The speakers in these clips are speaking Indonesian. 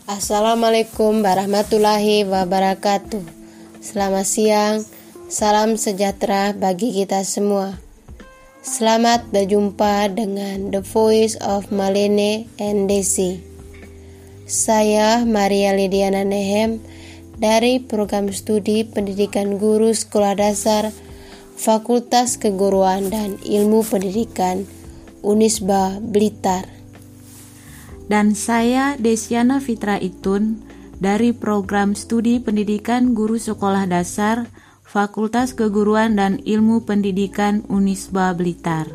Assalamualaikum warahmatullahi wabarakatuh. Selamat siang, salam sejahtera bagi kita semua. Selamat berjumpa dengan The Voice of Malene and Desi. Saya Maria Lidiana Nehem dari Program Studi Pendidikan Guru Sekolah Dasar Fakultas Keguruan dan Ilmu Pendidikan Unisba Blitar. Dan saya Desiana Fitra Itun dari Program Studi Pendidikan Guru Sekolah Dasar Fakultas Keguruan dan Ilmu Pendidikan Unisba Blitar.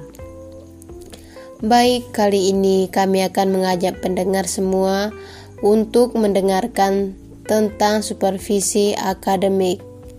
Baik, kali ini kami akan mengajak pendengar semua untuk mendengarkan tentang supervisi akademik.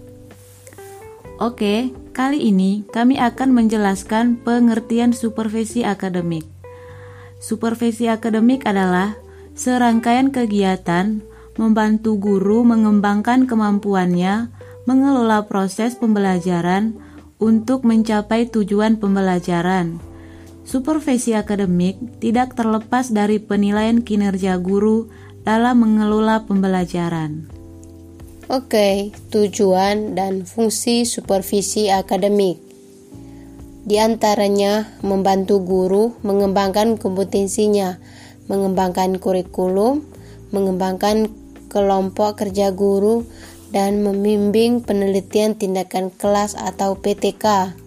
Oke, kali ini kami akan menjelaskan pengertian supervisi akademik. Supervisi akademik adalah serangkaian kegiatan membantu guru mengembangkan kemampuannya mengelola proses pembelajaran untuk mencapai tujuan pembelajaran. Supervisi akademik tidak terlepas dari penilaian kinerja guru dalam mengelola pembelajaran. Oke, tujuan dan fungsi supervisi akademik. Di antaranya membantu guru mengembangkan kompetensinya, mengembangkan kurikulum, mengembangkan kelompok kerja guru, dan membimbing penelitian tindakan kelas atau PTK.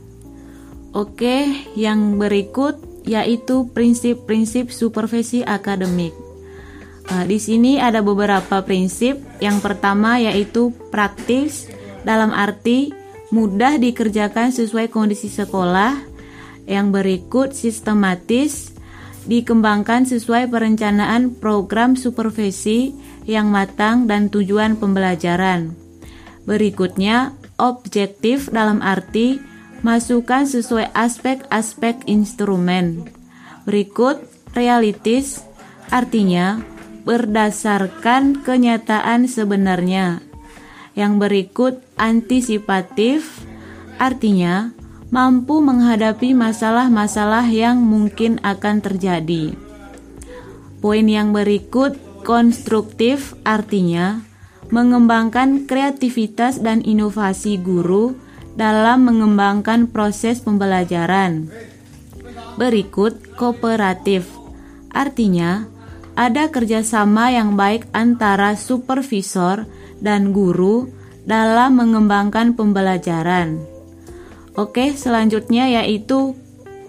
Oke, yang berikut yaitu prinsip-prinsip supervisi akademik. Di sini ada beberapa prinsip. Yang pertama yaitu praktis, dalam arti mudah dikerjakan sesuai kondisi sekolah. Yang berikut sistematis, dikembangkan sesuai perencanaan program supervisi yang matang dan tujuan pembelajaran. Berikutnya, objektif dalam arti masukan sesuai aspek-aspek instrumen. Berikut, realistis, artinya berdasarkan kenyataan sebenarnya. Yang berikut, antisipatif, artinya mampu menghadapi masalah-masalah yang mungkin akan terjadi. Poin yang berikut, konstruktif, artinya mengembangkan kreativitas dan inovasi guru dalam mengembangkan proses pembelajaran. Berikut, kooperatif, artinya ada kerjasama yang baik antara supervisor dan guru dalam mengembangkan pembelajaran. Oke, selanjutnya yaitu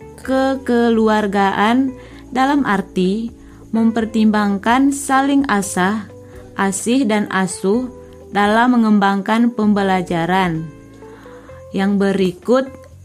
kekeluargaan dalam arti mempertimbangkan saling asih dan asuh dalam mengembangkan pembelajaran. Yang berikut,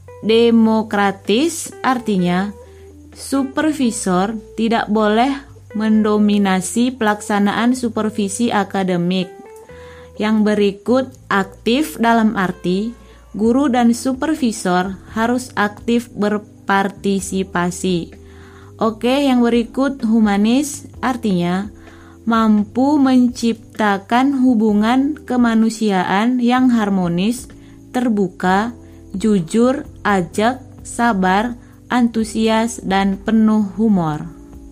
demokratis, artinya supervisor tidak boleh mendominasi pelaksanaan supervisi akademik. Yang berikut, aktif dalam arti guru dan supervisor harus aktif berpartisipasi. Oke, yang berikut, humanis, artinya mampu menciptakan hubungan kemanusiaan yang harmonis, terbuka, jujur, ajak, sabar, antusias, dan penuh humor.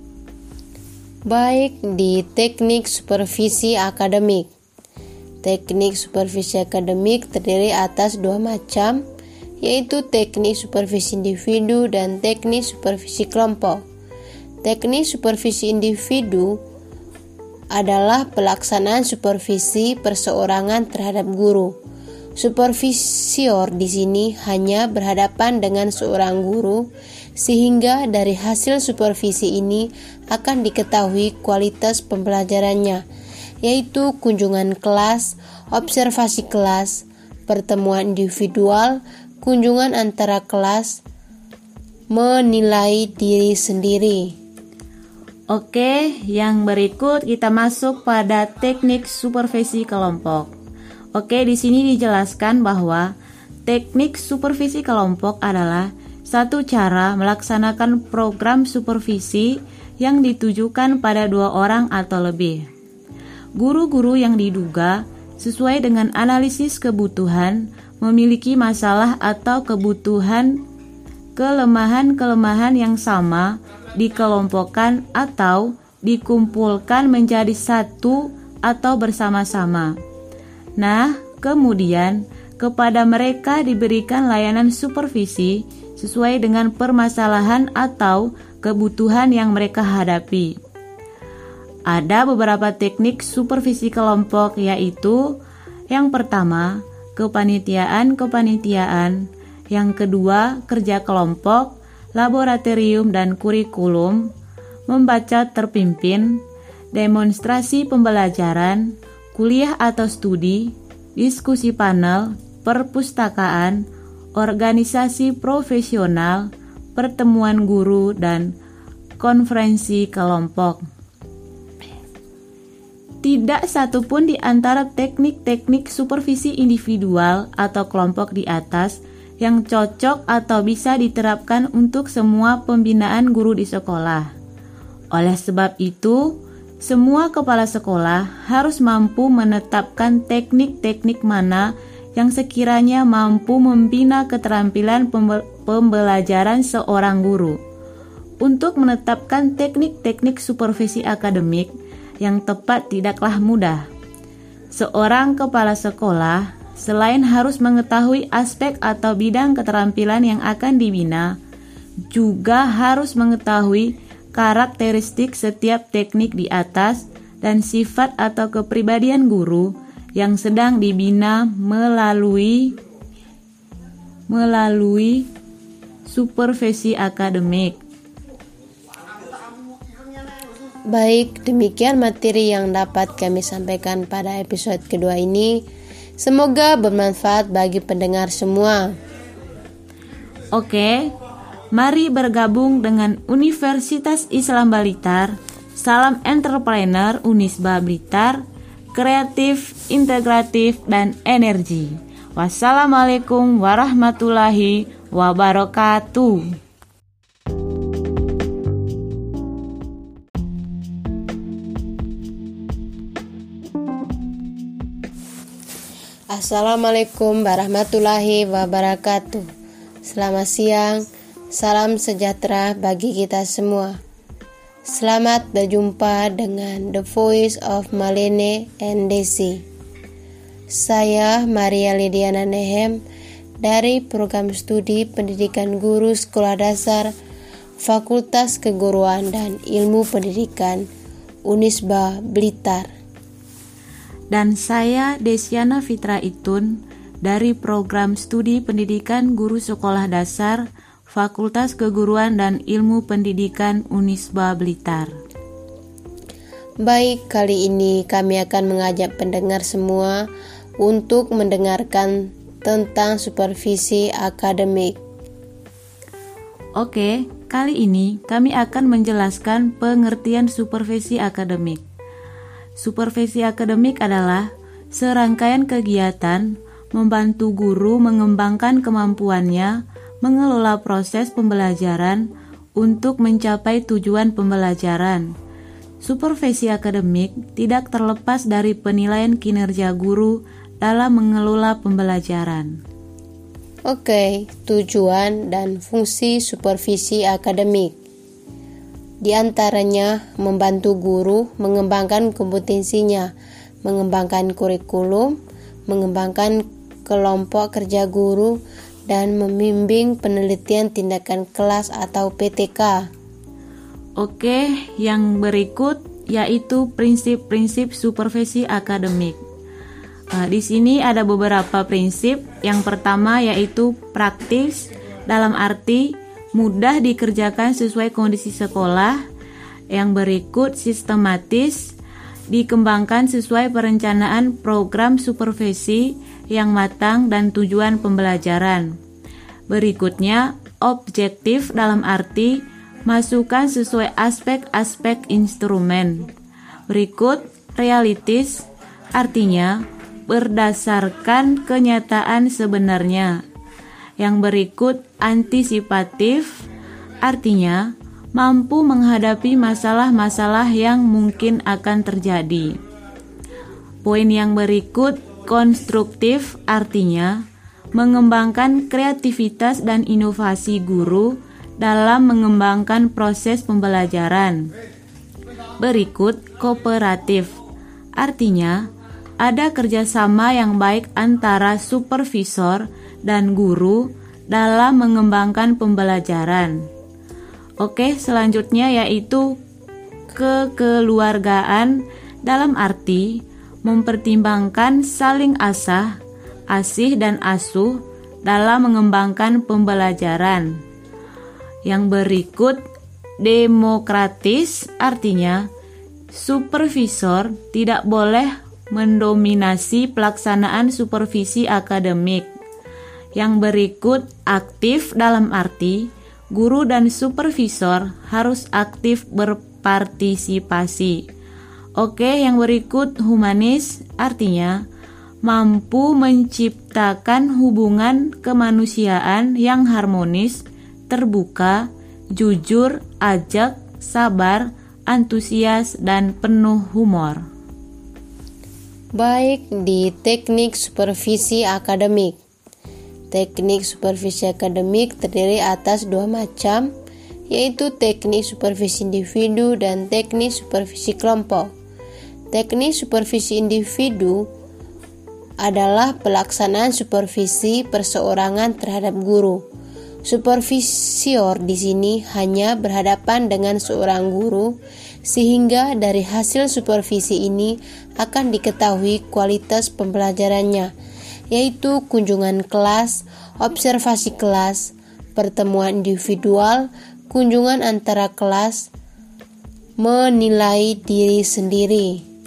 Baik, di teknik supervisi akademik. Teknik supervisi akademik terdiri atas dua macam, yaitu teknik supervisi individu dan teknik supervisi kelompok. Teknik supervisi individu adalah pelaksanaan supervisi perseorangan terhadap guru. Supervisor di sini hanya berhadapan dengan seorang guru, sehingga dari hasil supervisi ini akan diketahui kualitas pembelajarannya, yaitu kunjungan kelas, observasi kelas, pertemuan individual, kunjungan antara kelas, menilai diri sendiri. Oke, yang berikut kita masuk pada teknik supervisi kelompok. Oke, di sini dijelaskan bahwa teknik supervisi kelompok adalah satu cara melaksanakan program supervisi yang ditujukan pada 2 orang atau lebih. Guru-guru yang diduga sesuai dengan analisis kebutuhan memiliki masalah atau kebutuhan kelemahan-kelemahan yang sama dikelompokkan atau dikumpulkan menjadi satu atau bersama-sama. Nah, kemudian kepada mereka diberikan layanan supervisi sesuai dengan permasalahan atau kebutuhan yang mereka hadapi. Ada beberapa teknik supervisi kelompok, yaitu yang pertama, kepanitiaan, yang kedua, kerja kelompok, laboratorium dan kurikulum, membaca terpimpin, demonstrasi pembelajaran, kuliah atau studi, diskusi panel, perpustakaan, organisasi profesional, pertemuan guru, dan konferensi kelompok. Tidak satupun di antara teknik-teknik supervisi individual atau kelompok di atas yang cocok atau bisa diterapkan untuk semua pembinaan guru di sekolah. Oleh sebab itu, semua kepala sekolah harus mampu menetapkan teknik-teknik mana yang sekiranya mampu membina keterampilan pembelajaran seorang guru. Untuk menetapkan teknik-teknik supervisi akademik yang tepat tidaklah mudah. Seorang kepala sekolah selain harus mengetahui aspek atau bidang keterampilan yang akan dibina, juga harus mengetahui karakteristik setiap teknik di atas dan sifat atau kepribadian guru yang sedang dibina melalui supervisi akademik. Baik, demikian materi yang dapat kami sampaikan pada episode kedua ini. Semoga bermanfaat bagi pendengar semua. Oke, mari bergabung dengan Universitas Islam Blitar. Salam entrepreneur Unisba Blitar, kreatif, integratif, dan energi. Wassalamualaikum warahmatullahi wabarakatuh. Assalamualaikum warahmatullahi wabarakatuh. Selamat siang, salam sejahtera bagi kita semua. Selamat berjumpa dengan The Voice of Malene and Desi. Saya Maria Lidiana Nehem dari Program Studi Pendidikan Guru Sekolah Dasar Fakultas Keguruan dan Ilmu Pendidikan Unisba Blitar. Dan saya Desiana Fitra Itun dari Program Studi Pendidikan Guru Sekolah Dasar Fakultas Keguruan dan Ilmu Pendidikan Unisba Blitar. Baik, kali ini kami akan mengajak pendengar semua untuk mendengarkan tentang supervisi akademik. Oke, kali ini kami akan menjelaskan pengertian supervisi akademik. Supervisi akademik adalah serangkaian kegiatan membantu guru mengembangkan kemampuannya mengelola proses pembelajaran untuk mencapai tujuan pembelajaran. Supervisi akademik tidak terlepas dari penilaian kinerja guru dalam mengelola pembelajaran. Oke, tujuan dan fungsi supervisi akademik. Di antaranya membantu guru mengembangkan kompetensinya, mengembangkan kurikulum, mengembangkan kelompok kerja guru, dan membimbing penelitian tindakan kelas atau PTK. Oke, yang berikut yaitu prinsip-prinsip supervisi akademik. Di sini ada beberapa prinsip. Yang pertama yaitu praktis, dalam arti mudah dikerjakan sesuai kondisi sekolah. Yang berikut sistematis, dikembangkan sesuai perencanaan program supervisi yang matang dan tujuan pembelajaran. Berikutnya, objektif dalam arti masukkan sesuai aspek-aspek instrumen. Berikut, realistis, artinya berdasarkan kenyataan sebenarnya. Yang berikut, antisipatif, artinya mampu menghadapi masalah-masalah yang mungkin akan terjadi. Poin yang berikut, konstruktif, artinya mengembangkan kreativitas dan inovasi guru dalam mengembangkan proses pembelajaran. berikut kooperatif. Artinya, ada kerjasama yang baik antara supervisor dan guru dalam mengembangkan pembelajaran. Oke, selanjutnya yaitu kekeluargaan dalam arti mempertimbangkan saling asih dan asuh dalam mengembangkan pembelajaran. Yang berikut demokratis, artinya supervisor tidak boleh mendominasi pelaksanaan supervisi akademik. Yang berikut aktif dalam arti guru dan supervisor harus aktif berpartisipasi. Oke, yang berikut humanis, artinya mampu menciptakan hubungan kemanusiaan yang harmonis, terbuka, jujur, ajak, sabar, antusias, dan penuh humor. Baik di teknik supervisi akademik. Teknik supervisi akademik terdiri atas dua macam, yaitu teknik supervisi individu dan teknik supervisi kelompok. Teknik supervisi individu adalah pelaksanaan supervisi perseorangan terhadap guru. Supervisor di sini hanya berhadapan dengan seorang guru, sehingga dari hasil supervisi ini akan diketahui kualitas pembelajarannya, yaitu kunjungan kelas, observasi kelas, pertemuan individual, kunjungan antara kelas, menilai diri sendiri.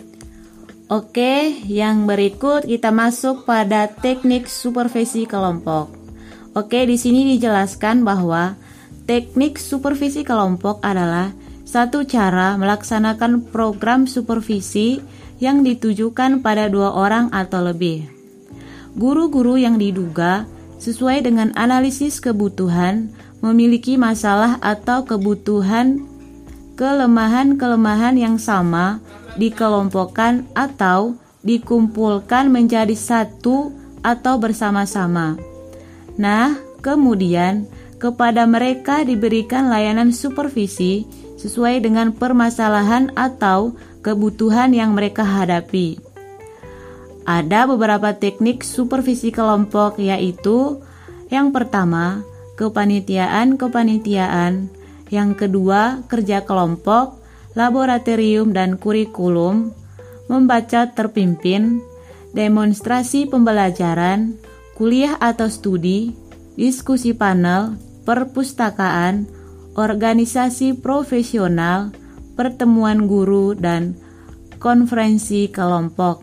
Oke, yang berikut kita masuk pada teknik supervisi kelompok. Oke, di sini dijelaskan bahwa teknik supervisi kelompok adalah satu cara melaksanakan program supervisi yang ditujukan pada 2 orang atau lebih. Guru-guru yang diduga sesuai dengan analisis kebutuhan memiliki masalah atau kebutuhan kelemahan-kelemahan yang sama dikelompokkan atau dikumpulkan menjadi satu atau bersama-sama. Nah, kemudian kepada mereka diberikan layanan supervisi sesuai dengan permasalahan atau kebutuhan yang mereka hadapi. Ada beberapa teknik supervisi kelompok, yaitu yang pertama, kepanitiaan, yang kedua, kerja kelompok, laboratorium dan kurikulum, membaca terpimpin, demonstrasi pembelajaran, kuliah atau studi, diskusi panel, perpustakaan, organisasi profesional, pertemuan guru, dan konferensi kelompok.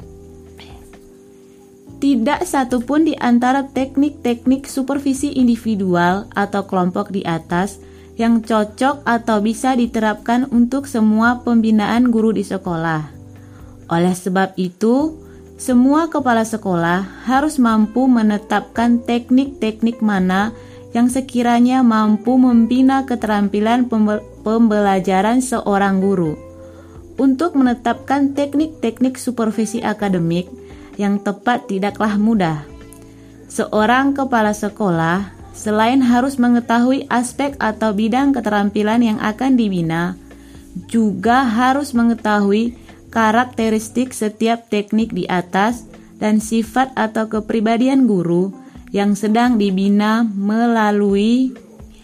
Tidak satupun di antara teknik-teknik supervisi individual atau kelompok di atas yang cocok atau bisa diterapkan untuk semua pembinaan guru di sekolah. Oleh sebab itu, semua kepala sekolah harus mampu menetapkan teknik-teknik mana yang sekiranya mampu membina keterampilan pembelajaran seorang guru. Untuk menetapkan teknik-teknik supervisi akademik yang tepat tidaklah mudah. Seorang kepala sekolah selain harus mengetahui aspek atau bidang keterampilan yang akan dibina, juga harus mengetahui karakteristik setiap teknik di atas dan sifat atau kepribadian guru yang sedang dibina melalui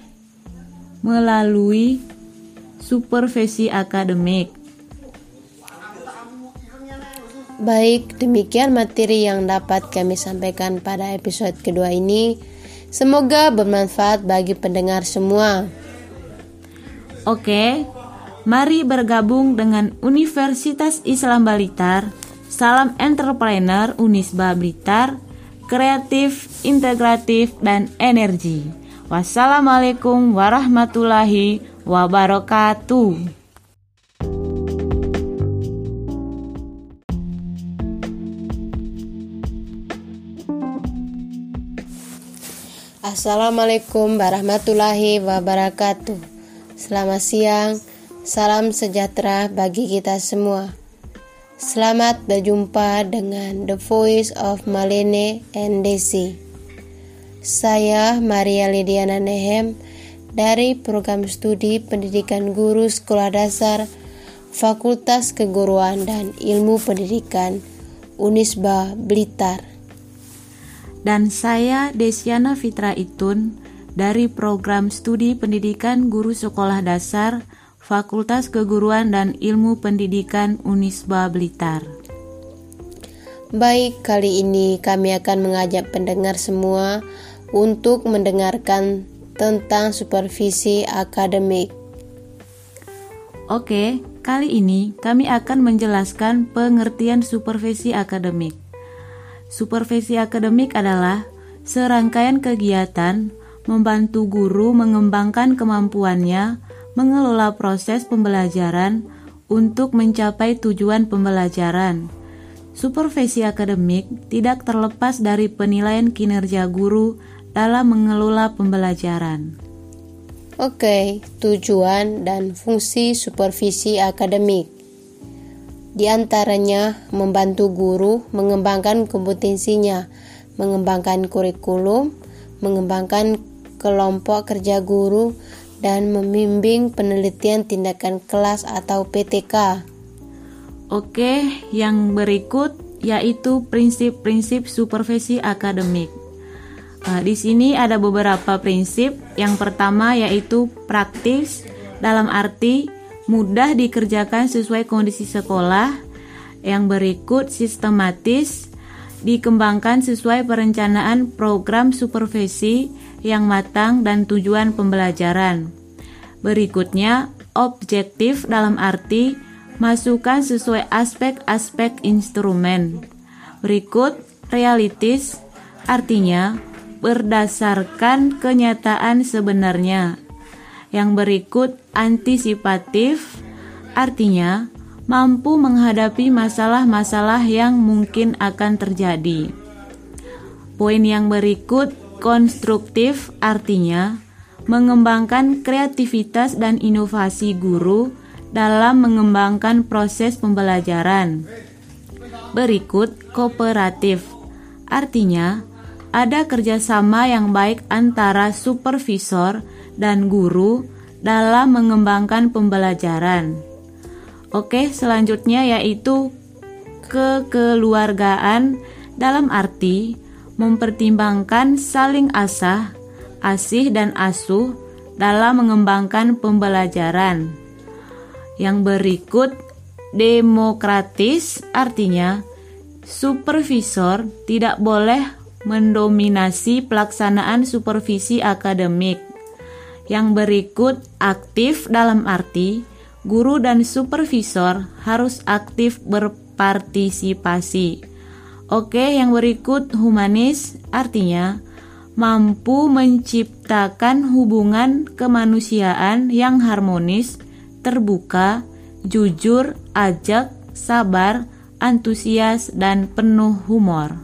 supervisi akademik. Baik, demikian materi yang dapat kami sampaikan pada episode kedua ini. Semoga bermanfaat bagi pendengar semua. Oke, mari bergabung dengan Universitas Islam Blitar. Salam entrepreneur Unisba Blitar, kreatif, integratif, dan energi. Wassalamualaikum warahmatullahi wabarakatuh. Assalamualaikum warahmatullahi wabarakatuh. Selamat siang, salam sejahtera bagi kita semua. Selamat berjumpa dengan The Voice of Malene and Desi. Saya Maria Lidiana Nehem dari Program Studi Pendidikan Guru Sekolah Dasar Fakultas Keguruan dan Ilmu Pendidikan Unisba Blitar. Dan saya Desiana Fitra Itun dari Program Studi Pendidikan Guru Sekolah Dasar Fakultas Keguruan dan Ilmu Pendidikan Unisba Blitar. Baik, kali ini kami akan mengajak pendengar semua untuk mendengarkan tentang supervisi akademik. Oke, kali ini kami akan menjelaskan pengertian supervisi akademik. Supervisi akademik adalah serangkaian kegiatan membantu guru mengembangkan kemampuannya mengelola proses pembelajaran untuk mencapai tujuan pembelajaran. Supervisi akademik tidak terlepas dari penilaian kinerja guru dalam mengelola pembelajaran. Oke, tujuan dan fungsi supervisi akademik. Di antaranya membantu guru mengembangkan kompetensinya, mengembangkan kurikulum, mengembangkan kelompok kerja guru, dan membimbing penelitian tindakan kelas atau PTK. Oke, yang berikut yaitu prinsip-prinsip supervisi akademik. Di sini ada beberapa prinsip. Yang pertama yaitu praktis, dalam arti mudah dikerjakan sesuai kondisi sekolah. Yang berikut sistematis, dikembangkan sesuai perencanaan program supervisi yang matang dan tujuan pembelajaran. Berikutnya objektif, dalam arti masukan sesuai aspek-aspek instrumen. Berikut realistis, artinya berdasarkan kenyataan sebenarnya. Yang berikut antisipatif, artinya mampu menghadapi masalah-masalah yang mungkin akan terjadi. Poin yang berikut konstruktif, artinya mengembangkan kreativitas dan inovasi guru dalam mengembangkan proses pembelajaran. Berikut kooperatif, artinya ada kerjasama yang baik antara supervisor dan guru dalam mengembangkan pembelajaran. Oke, selanjutnya yaitu kekeluargaan, dalam arti mempertimbangkan saling asih dan asuh dalam mengembangkan pembelajaran. Yang berikut demokratis, artinya supervisor tidak boleh mendominasi pelaksanaan supervisi akademik. Yang berikut aktif, dalam arti guru dan supervisor harus aktif berpartisipasi. Oke, yang berikut humanis, artinya mampu menciptakan hubungan kemanusiaan yang harmonis, terbuka, jujur, ajak, sabar, antusias, dan penuh humor.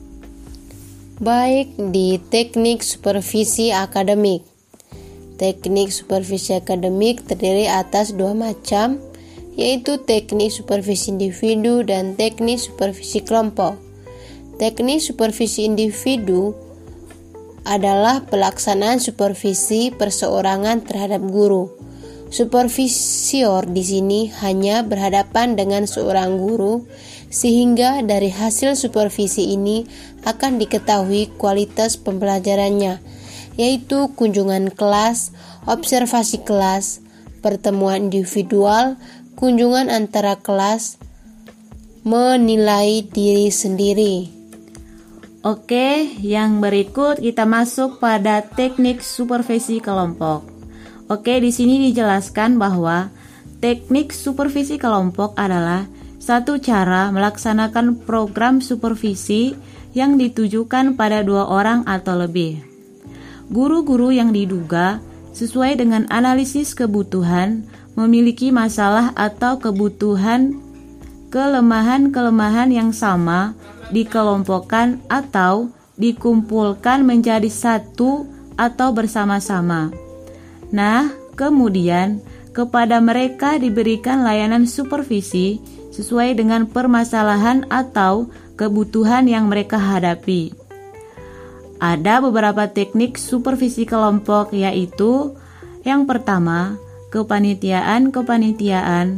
Baik, di teknik supervisi akademik. Teknik supervisi akademik terdiri atas dua macam, yaitu teknik supervisi individu dan teknik supervisi kelompok. Teknik supervisi individu adalah pelaksanaan supervisi perseorangan terhadap guru. Supervisor di sini hanya berhadapan dengan seorang guru, sehingga dari hasil supervisi ini akan diketahui kualitas pembelajarannya, yaitu kunjungan kelas, observasi kelas, pertemuan individual, kunjungan antara kelas, menilai diri sendiri. Oke, yang berikut kita masuk pada teknik supervisi kelompok. Oke, di sini dijelaskan bahwa teknik supervisi kelompok adalah satu cara melaksanakan program supervisi yang ditujukan pada 2 orang atau lebih. Guru-guru yang diduga sesuai dengan analisis kebutuhan memiliki masalah atau kebutuhan kelemahan-kelemahan yang sama dikelompokkan atau dikumpulkan menjadi satu atau bersama-sama. Nah, kemudian kepada mereka diberikan layanan supervisi sesuai dengan permasalahan atau kebutuhan yang mereka hadapi. Ada beberapa teknik supervisi kelompok, yaitu yang pertama, kepanitiaan,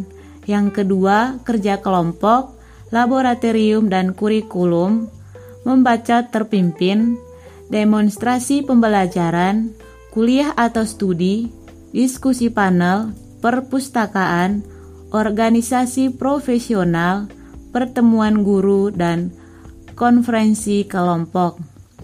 Yang kedua, kerja kelompok, laboratorium dan kurikulum, membaca terpimpin, demonstrasi pembelajaran, kuliah atau studi, diskusi panel, perpustakaan, organisasi profesional, pertemuan guru, dan konferensi kelompok.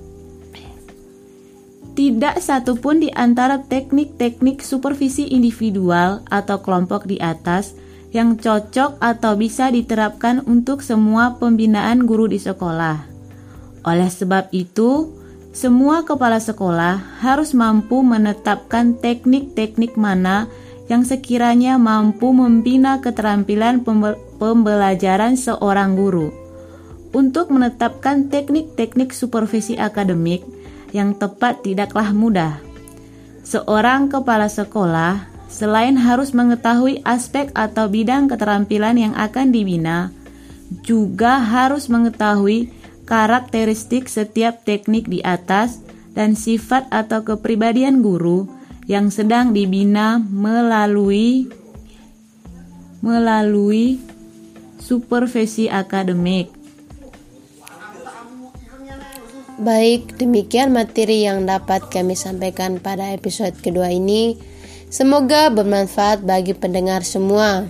Tidak satupun di antara teknik-teknik supervisi individual atau kelompok di atas yang cocok atau bisa diterapkan untuk semua pembinaan guru di sekolah. Oleh sebab itu, semua kepala sekolah harus mampu menetapkan teknik-teknik mana yang sekiranya mampu membina keterampilan pembelajaran seorang guru. Untuk menetapkan teknik-teknik supervisi akademik yang tepat tidaklah mudah. Seorang kepala sekolah selain harus mengetahui aspek atau bidang keterampilan yang akan dibina, juga harus mengetahui karakteristik setiap teknik di atas dan sifat atau kepribadian guru yang sedang dibina melalui supervisi akademik. Baik, demikian materi yang dapat kami sampaikan pada episode kedua ini. Semoga bermanfaat bagi pendengar semua.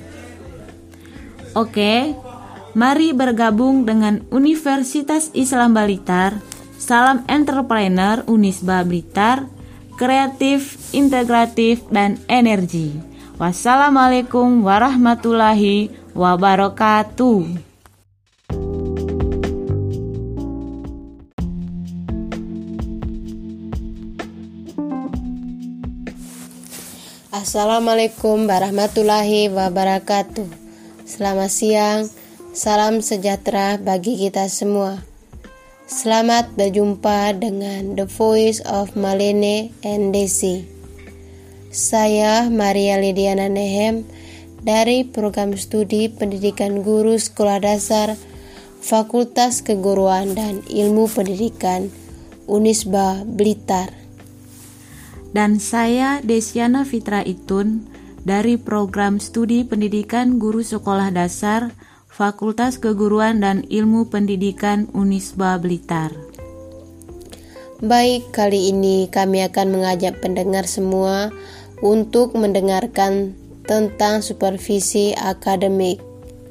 Oke, mari bergabung dengan Universitas Islam Blitar. Salam entrepreneur Unisba Blitar, kreatif, integratif, dan energi. Wassalamualaikum warahmatullahi wabarakatuh. Assalamualaikum warahmatullahi wabarakatuh. Selamat siang, salam sejahtera bagi kita semua. Selamat berjumpa dengan The Voice of Malene and Desi. Saya Maria Lidiana Nehem dari Program Studi Pendidikan Guru Sekolah Dasar Fakultas Keguruan dan Ilmu Pendidikan Unisba Blitar. Dan saya Desiana Fitra Itun dari Program Studi Pendidikan Guru Sekolah Dasar Fakultas Keguruan dan Ilmu Pendidikan Unisba Blitar. Baik, kali ini kami akan mengajak pendengar semua untuk mendengarkan tentang supervisi akademik.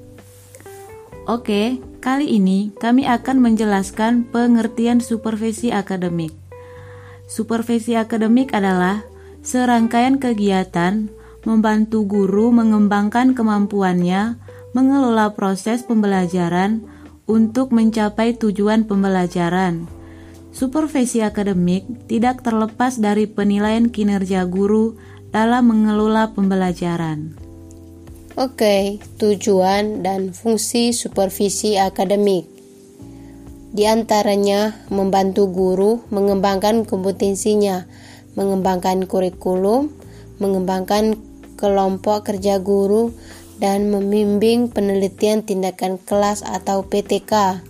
Oke, kali ini kami akan menjelaskan pengertian supervisi akademik. Supervisi akademik adalah serangkaian kegiatan membantu guru mengembangkan kemampuannya mengelola proses pembelajaran untuk mencapai tujuan pembelajaran. Supervisi akademik tidak terlepas dari penilaian kinerja guru dalam mengelola pembelajaran. Oke, tujuan dan fungsi supervisi akademik. Di antaranya membantu guru mengembangkan kompetensinya, mengembangkan kurikulum, mengembangkan kelompok kerja guru, dan membimbing penelitian tindakan kelas atau PTK.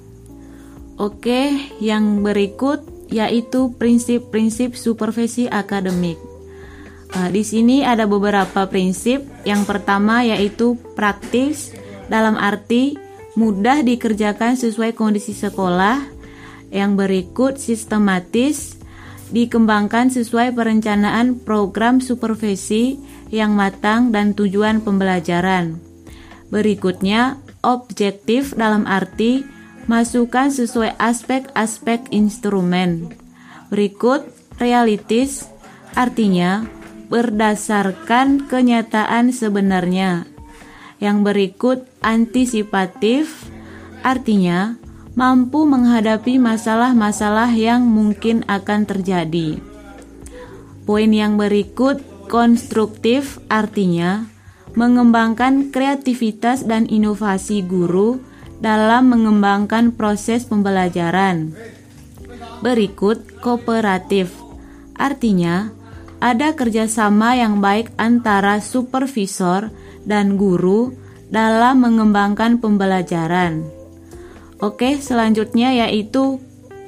Oke, yang berikut yaitu prinsip-prinsip supervisi akademik. Di sini ada beberapa prinsip. Yang pertama yaitu praktis, dalam arti mudah dikerjakan sesuai kondisi sekolah. Yang berikut sistematis, dikembangkan sesuai perencanaan program supervisi yang matang dan tujuan pembelajaran. Berikutnya objektif, dalam arti masukan sesuai aspek-aspek instrumen. Berikut realistis, artinya berdasarkan kenyataan sebenarnya. Yang berikut antisipatif, artinya mampu menghadapi masalah-masalah yang mungkin akan terjadi. Poin yang berikut konstruktif, artinya mengembangkan kreativitas dan inovasi guru dalam mengembangkan proses pembelajaran. Berikut kooperatif, artinya ada kerjasama yang baik antara supervisor dan guru dalam mengembangkan pembelajaran. Oke, selanjutnya yaitu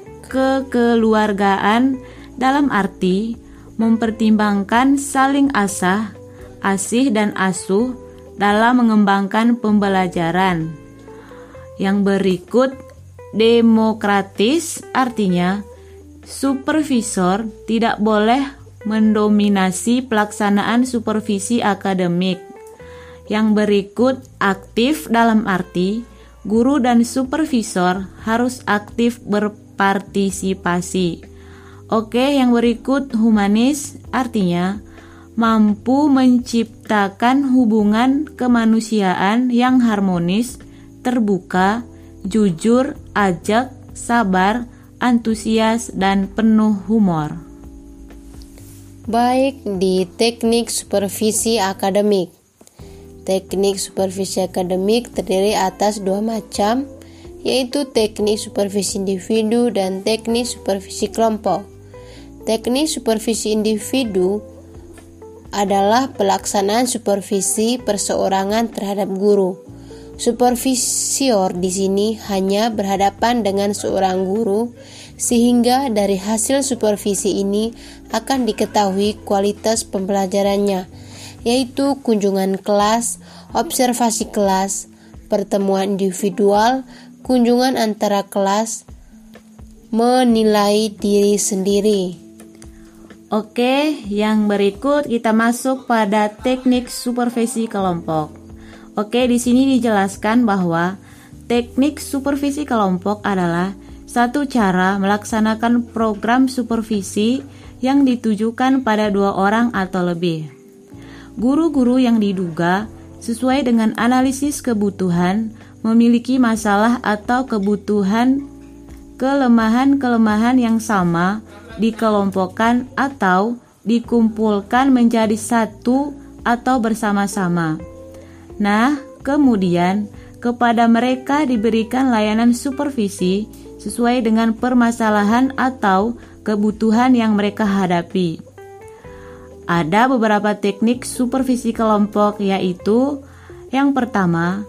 kekeluargaan, dalam arti mempertimbangkan saling asih dan asuh dalam mengembangkan pembelajaran. Yang berikut, demokratis, artinya supervisor tidak boleh mendominasi pelaksanaan supervisi akademik. Yang berikut, aktif dalam arti guru dan supervisor harus aktif berpartisipasi. Oke, yang berikut humanis, artinya mampu menciptakan hubungan kemanusiaan yang harmonis, terbuka, jujur, ajak, sabar, antusias, dan penuh humor. Baik, di teknik supervisi akademik. Teknik supervisi akademik terdiri atas dua macam, yaitu teknik supervisi individu dan teknik supervisi kelompok. Teknik supervisi individu adalah pelaksanaan supervisi perseorangan terhadap guru. Supervisor di sini hanya berhadapan dengan seorang guru, sehingga dari hasil supervisi ini akan diketahui kualitas pembelajarannya, yaitu kunjungan kelas, observasi kelas, pertemuan individual, kunjungan antara kelas, menilai diri sendiri. Oke, yang berikut kita masuk pada teknik supervisi kelompok. Oke, di sini dijelaskan bahwa teknik supervisi kelompok adalah satu cara melaksanakan program supervisi yang ditujukan pada 2 orang atau lebih. Guru-guru yang diduga sesuai dengan analisis kebutuhan memiliki masalah atau kebutuhan kelemahan-kelemahan yang sama dikelompokkan atau dikumpulkan menjadi satu atau bersama-sama. Nah, kemudian kepada mereka diberikan layanan supervisi sesuai dengan permasalahan atau kebutuhan yang mereka hadapi. Ada beberapa teknik supervisi kelompok, yaitu yang pertama,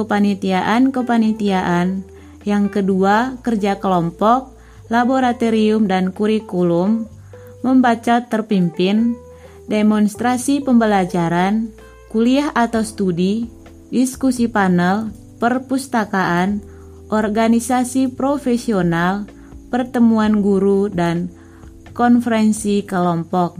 kepanitiaan, yang kedua, kerja kelompok, laboratorium dan kurikulum, membaca terpimpin, demonstrasi pembelajaran, kuliah atau studi, diskusi panel, perpustakaan, organisasi profesional, pertemuan guru, dan konferensi kelompok.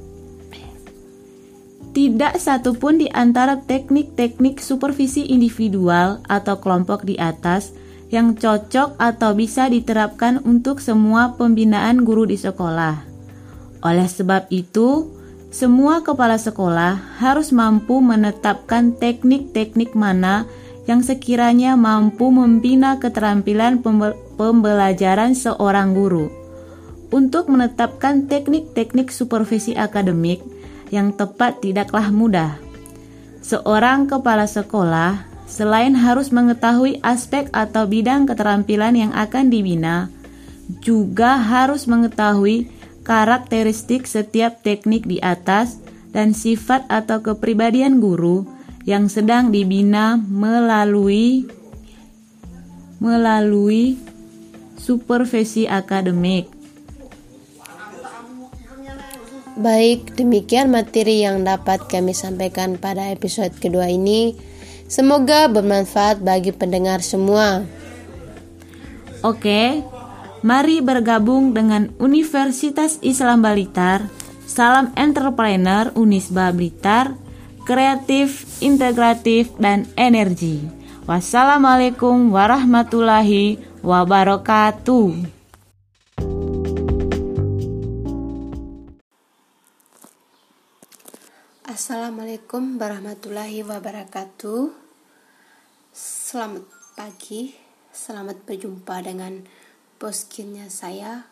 Tidak satupun di antara teknik-teknik supervisi individual atau kelompok di atas yang cocok atau bisa diterapkan untuk semua pembinaan guru di sekolah. Oleh sebab itu, semua kepala sekolah harus mampu menetapkan teknik-teknik mana yang sekiranya mampu membina keterampilan pembelajaran seorang guru. Untuk menetapkan teknik-teknik supervisi akademik yang tepat tidaklah mudah. Seorang kepala sekolah selain harus mengetahui aspek atau bidang keterampilan yang akan dibina, juga harus mengetahui karakteristik setiap teknik di atas dan sifat atau kepribadian guru yang sedang dibina melalui supervisi akademik. Baik, demikian materi yang dapat kami sampaikan pada episode kedua ini. Semoga bermanfaat bagi pendengar semua. Oke, mari bergabung dengan Universitas Islam Blitar. Salam entrepreneur Unisba Blitar, kreatif, integratif, dan energi. Wassalamualaikum warahmatullahi wabarakatuh. Assalamualaikum warahmatullahi wabarakatuh. Selamat pagi, selamat berjumpa dengan boskinnya saya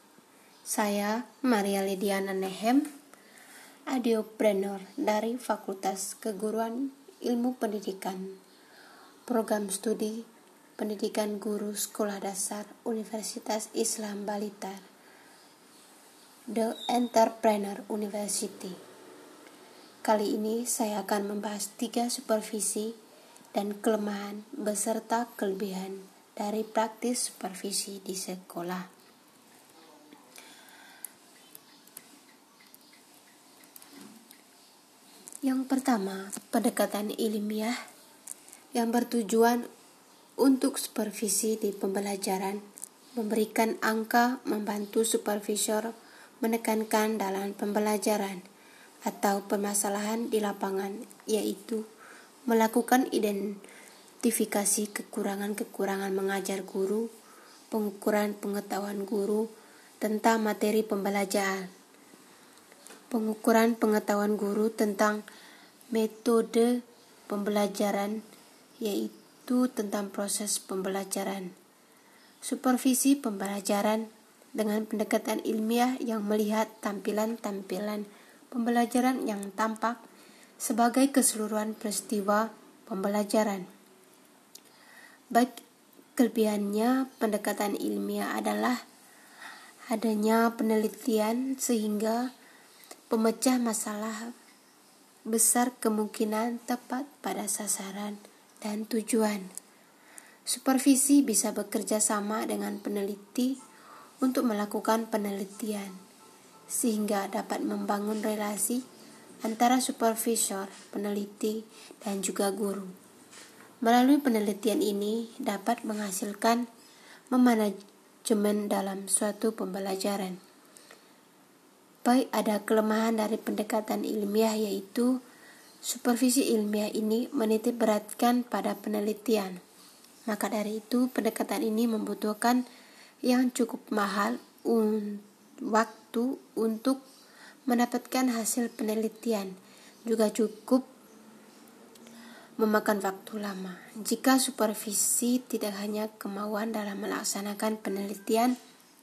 Maria Lidiana Nehem, audiopreneur dari Fakultas Keguruan Ilmu Pendidikan, Program Studi Pendidikan Guru Sekolah Dasar Universitas Islam Blitar, The Entrepreneur University. Kali ini saya akan membahas 3 supervisi dan kelemahan beserta kelebihan dari praktis supervisi di sekolah. Yang pertama, pendekatan ilmiah yang bertujuan untuk supervisi di pembelajaran, memberikan angka, membantu supervisor menekankan dalam pembelajaran atau permasalahan di lapangan, yaitu melakukan identifikasi kekurangan-kekurangan mengajar guru, pengukuran pengetahuan guru tentang materi pembelajaran, pengukuran pengetahuan guru tentang metode pembelajaran, yaitu tentang proses pembelajaran. Supervisi pembelajaran dengan pendekatan ilmiah yang melihat tampilan-tampilan pembelajaran yang tampak sebagai keseluruhan peristiwa pembelajaran. Baik kelebihannya, pendekatan ilmiah adalah adanya penelitian sehingga pemecah masalah besar kemungkinan tepat pada sasaran dan tujuan. Supervisi bisa bekerja sama dengan peneliti untuk melakukan penelitian, sehingga dapat membangun relasi antara supervisor, peneliti, dan juga guru. Melalui penelitian ini dapat menghasilkan memanajemen dalam suatu pembelajaran. Baik, ada kelemahan dari pendekatan ilmiah, yaitu supervisi ilmiah ini menitik beratkan pada penelitian. Maka dari itu pendekatan ini membutuhkan yang cukup mahal waktu untuk mendapatkan hasil penelitian, juga cukup memakan waktu lama. Jika supervisi tidak hanya kemauan dalam melaksanakan penelitian,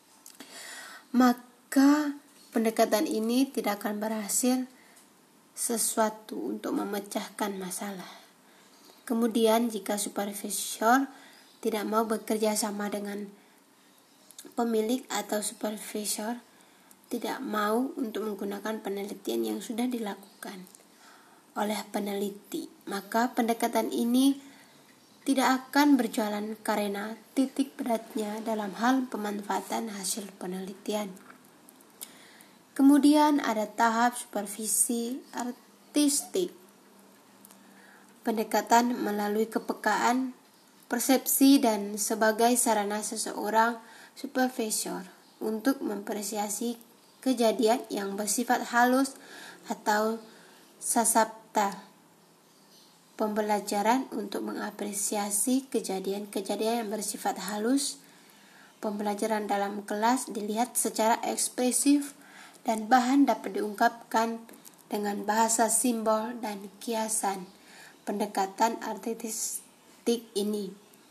maka pendekatan ini tidak akan berhasil sesuatu untuk memecahkan masalah. Kemudian jika supervisor tidak mau bekerja sama dengan pemilik atau supervisor tidak mau untuk menggunakan penelitian yang sudah dilakukan oleh peneliti, maka pendekatan ini tidak akan berjalan karena titik beratnya dalam hal pemanfaatan hasil penelitian. Kemudian ada tahap supervisi artistik. Pendekatan melalui kepekaan, persepsi, dan sebagai sarana seseorang supervisor untuk mempresiasi kejadian yang bersifat halus atau sasabta. Pembelajaran untuk mengapresiasi kejadian-kejadian yang bersifat halus. Pembelajaran dalam kelas dilihat secara ekspresif dan bahan dapat diungkapkan dengan bahasa simbol dan kiasan. Pendekatan artistik ini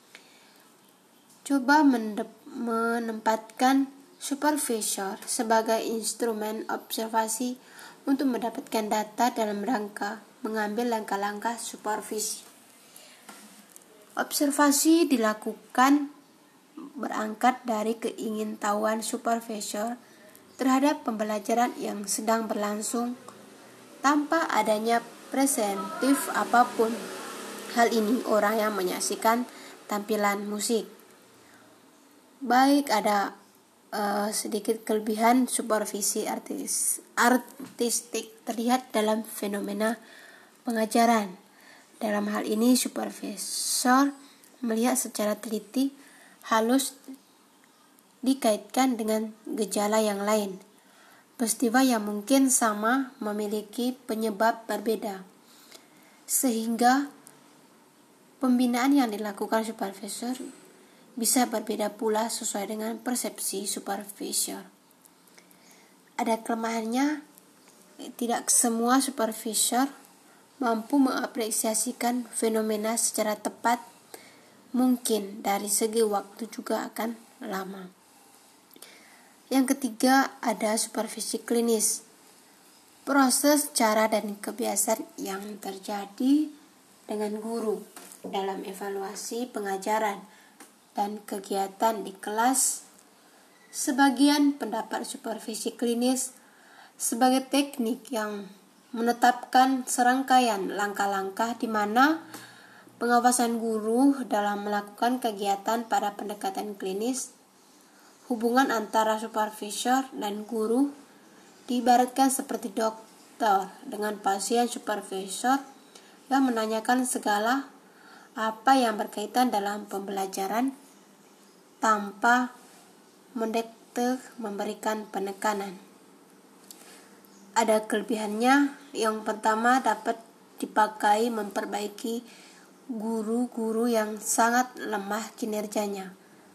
coba menempatkan supervisor sebagai instrumen observasi untuk mendapatkan data dalam rangka mengambil langkah-langkah supervisi. Observasi dilakukan berangkat dari keingintahuan supervisor terhadap pembelajaran yang sedang berlangsung tanpa adanya presentif apapun. Hal ini orang yang menyaksikan tampilan musik. Baik, ada sedikit kelebihan supervisi artistik terlihat dalam fenomena pengajaran. Dalam hal ini supervisor melihat secara teliti halus dikaitkan dengan gejala yang lain. Peristiwa yang mungkin sama memiliki penyebab berbeda, sehingga pembinaan yang dilakukan supervisor bisa berbeda pula sesuai dengan persepsi supervisor. Ada kelemahannya, tidak semua supervisor mampu mengapresiasikan fenomena secara tepat. Mungkin dari segi waktu juga akan lama. Yang ketiga, ada supervisi klinis. Proses, cara, dan kebiasaan yang terjadi dengan guru dalam evaluasi pengajaran dan kegiatan di kelas. Sebagian pendapat supervisi klinis sebagai teknik yang menetapkan serangkaian langkah-langkah di mana pengawasan guru dalam melakukan kegiatan pada pendekatan klinis. Hubungan antara supervisor dan guru diibaratkan seperti dokter dengan pasien supervisor yang menanyakan segala apa yang berkaitan dalam pembelajaran tanpa mendekte memberikan penekanan. Ada kelebihannya. Yang pertama, dapat dipakai memperbaiki guru-guru yang sangat lemah kinerjanya.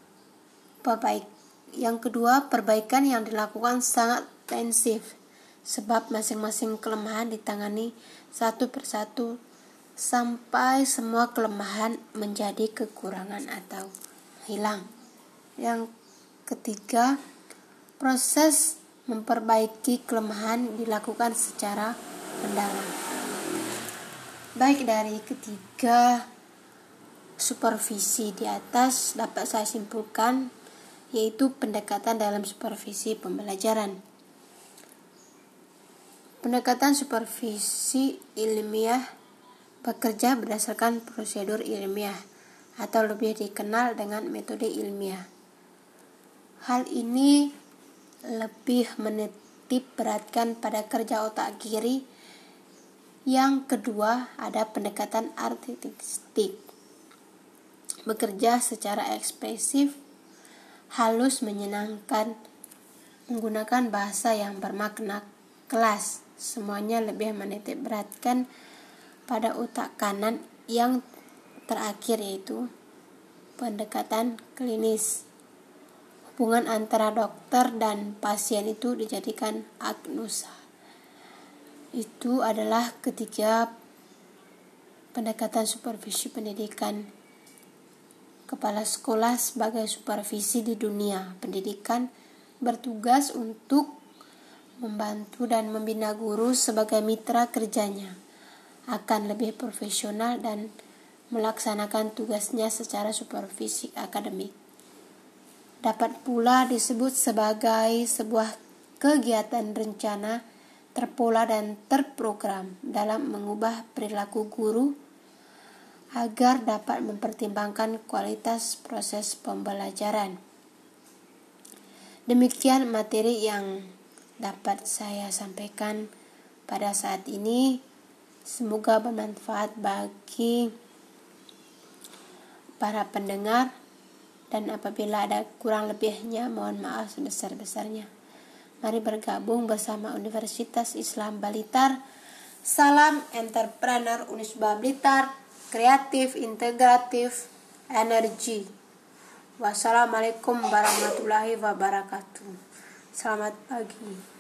Yang kedua, perbaikan yang dilakukan sangat intensif, sebab masing-masing kelemahan ditangani satu persatu sampai semua kelemahan menjadi kekurangan atau hilang. Yang ketiga, proses memperbaiki kelemahan dilakukan secara mendalam. Baik dari ketiga supervisi di atas dapat saya simpulkan, yaitu pendekatan dalam supervisi pembelajaran. Pendekatan supervisi ilmiah bekerja berdasarkan prosedur ilmiah atau lebih dikenal dengan metode ilmiah. Hal ini lebih menitik beratkan pada kerja otak kiri. Yang kedua, ada pendekatan artistik. Bekerja secara ekspresif, halus, menyenangkan, menggunakan bahasa yang bermakna kelas. Semuanya lebih menitik beratkan pada otak kanan. Yang terakhir yaitu pendekatan klinis. Hubungan antara dokter dan pasien itu dijadikan agnosa. Itu adalah ketiga pendekatan supervisi pendidikan. Kepala sekolah sebagai supervisi di dunia pendidikan bertugas untuk membantu dan membina guru sebagai mitra kerjanya akan lebih profesional dan melaksanakan tugasnya secara supervisi akademik. Dapat pula disebut sebagai sebuah kegiatan rencana, terpola dan terprogram dalam mengubah perilaku guru agar dapat mempertimbangkan kualitas proses pembelajaran. Demikian materi yang dapat saya sampaikan pada saat ini. Semoga bermanfaat bagi para pendengar, dan apabila ada kurang lebihnya mohon maaf sebesar-besarnya. Mari bergabung bersama Universitas Islam Blitar. Salam entrepreneur Unisba Blitar, kreatif, integratif, energi. Wassalamualaikum warahmatullahi wabarakatuh. Selamat pagi.